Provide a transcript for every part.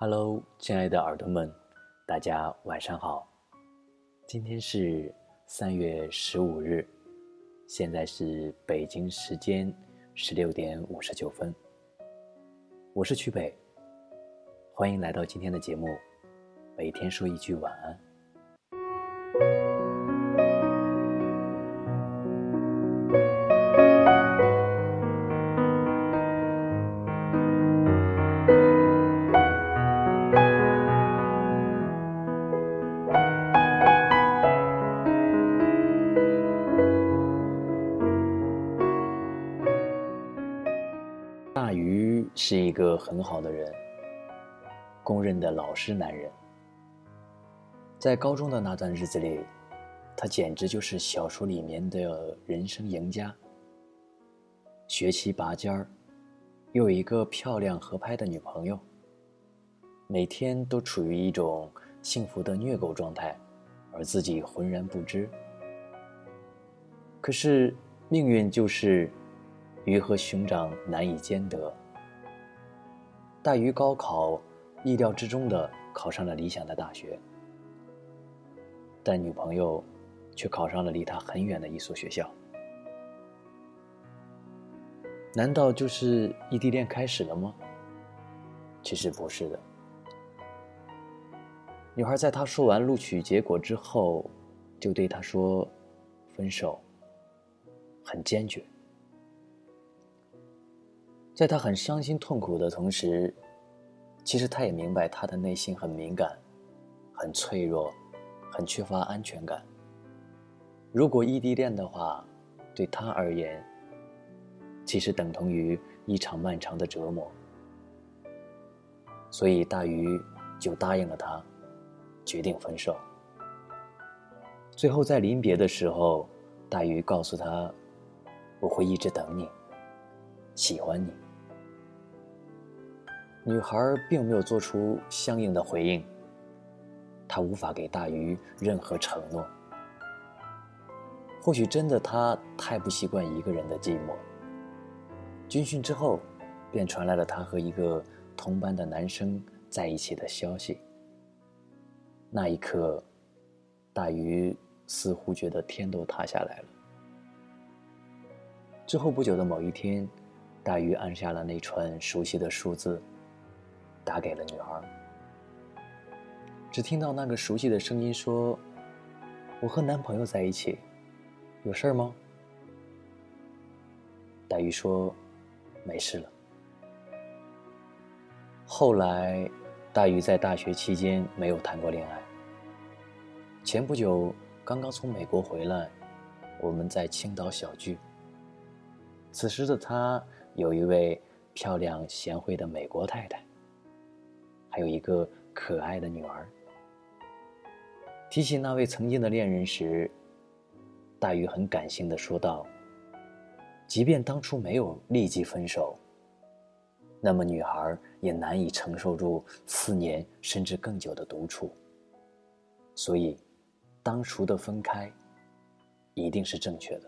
Hello， 亲爱的耳朵们，大家晚上好。今天是3月15日，现在是北京时间16点59分。我是曲北，欢迎来到今天的节目，每天说一句晚安。大鱼是一个很好的人，公认的老实男人。在高中的那段日子里，他简直就是小说里面的人生赢家。学习拔尖儿，又有一个漂亮合拍的女朋友，每天都处于一种幸福的虐狗状态，而自己浑然不知。可是命运就是鱼和熊掌难以兼得。大鱼高考意料之中的考上了理想的大学，但女朋友却考上了离他很远的一所学校。难道就是异地恋开始了吗？其实不是的。女孩在他说完录取结果之后，就对他说分手，很坚决。在他很伤心痛苦的同时，其实他也明白他的内心很敏感，很脆弱，很缺乏安全感。如果异地恋的话，对他而言其实等同于一场漫长的折磨。所以大鱼就答应了他，决定分手。最后在临别的时候，大鱼告诉他，我会一直等你，喜欢你。女孩并没有做出相应的回应，她无法给大鱼任何承诺。或许真的她太不习惯一个人的寂寞。军训之后，便传来了她和一个同班的男生在一起的消息。那一刻，大鱼似乎觉得天都塌下来了。之后不久的某一天，大鱼按下了那串熟悉的数字，打给了女孩。只听到那个熟悉的声音说，我和男朋友在一起，有事吗？大鱼说没事了。后来大鱼在大学期间没有谈过恋爱。前不久刚刚从美国回来，我们在青岛小聚。此时的他有一位漂亮贤惠的美国太太，还有一个可爱的女儿。提起那位曾经的恋人时，大鱼很感性地说道，即便当初没有立即分手，那么女孩也难以承受住4年甚至更久的独处。所以当初的分开一定是正确的。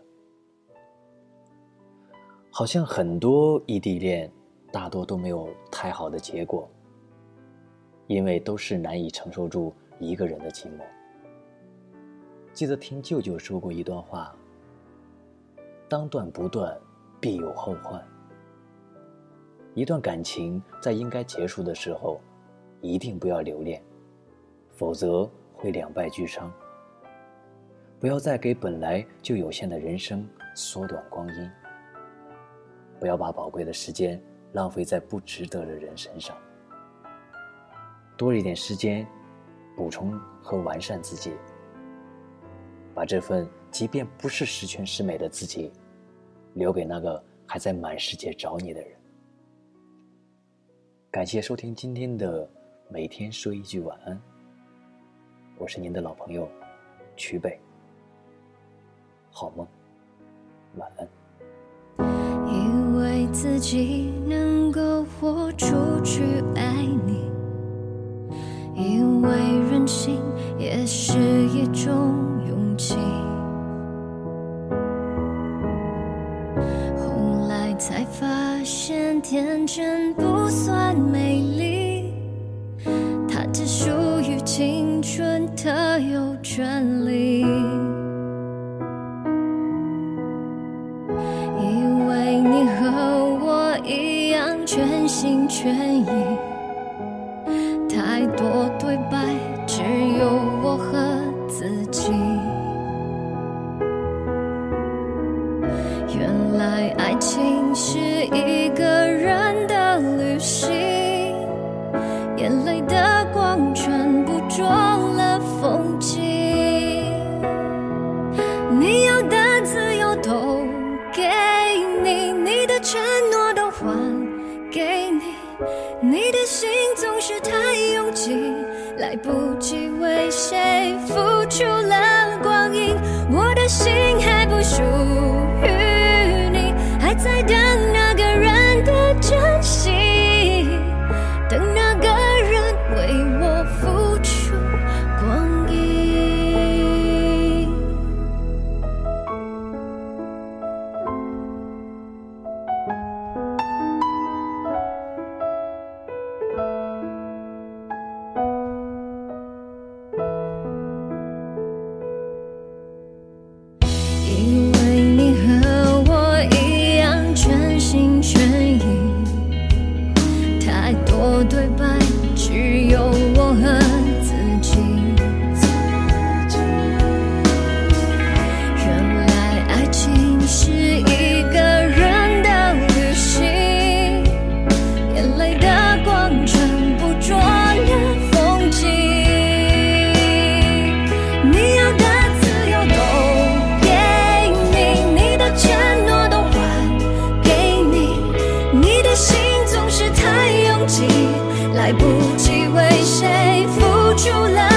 好像很多异地恋大多都没有太好的结果，因为都是难以承受住一个人的寂寞。记得听舅舅说过一段话，当断不断，必有后患。一段感情在应该结束的时候，一定不要留恋，否则会两败俱伤。不要再给本来就有限的人生缩短光阴，不要把宝贵的时间浪费在不值得的人身上。多一点时间补充和完善自己，把这份即便不是十全十美的自己留给那个还在满世界找你的人。感谢收听今天的每天说一句晚安，我是您的老朋友曲北，好梦，晚安。 以为自己能够活出去爱你，以为任性也是一种勇气，后来才发现天真不算美丽， 只属于青春特有权利。以为你和我一样全心全意，太多对白只有我和自己。原来爱情是一个人的旅行，眼泪的光圈捕捉了风景。你要的自由都给你，你的承诺都还给你，你的心总是太拥挤，来不及为谁付出了光阴。我的心还不属于你，还在等那个人的真心，等那个人为我付出光阴。以为你和我一样全心全意，太多对白只有我和自己。原来爱情是一个人的旅行，眼泪的光圈捕捉了风景。你要的自由都给你，你的承诺都还给你，你的心总是太拥挤，来不及为谁付出了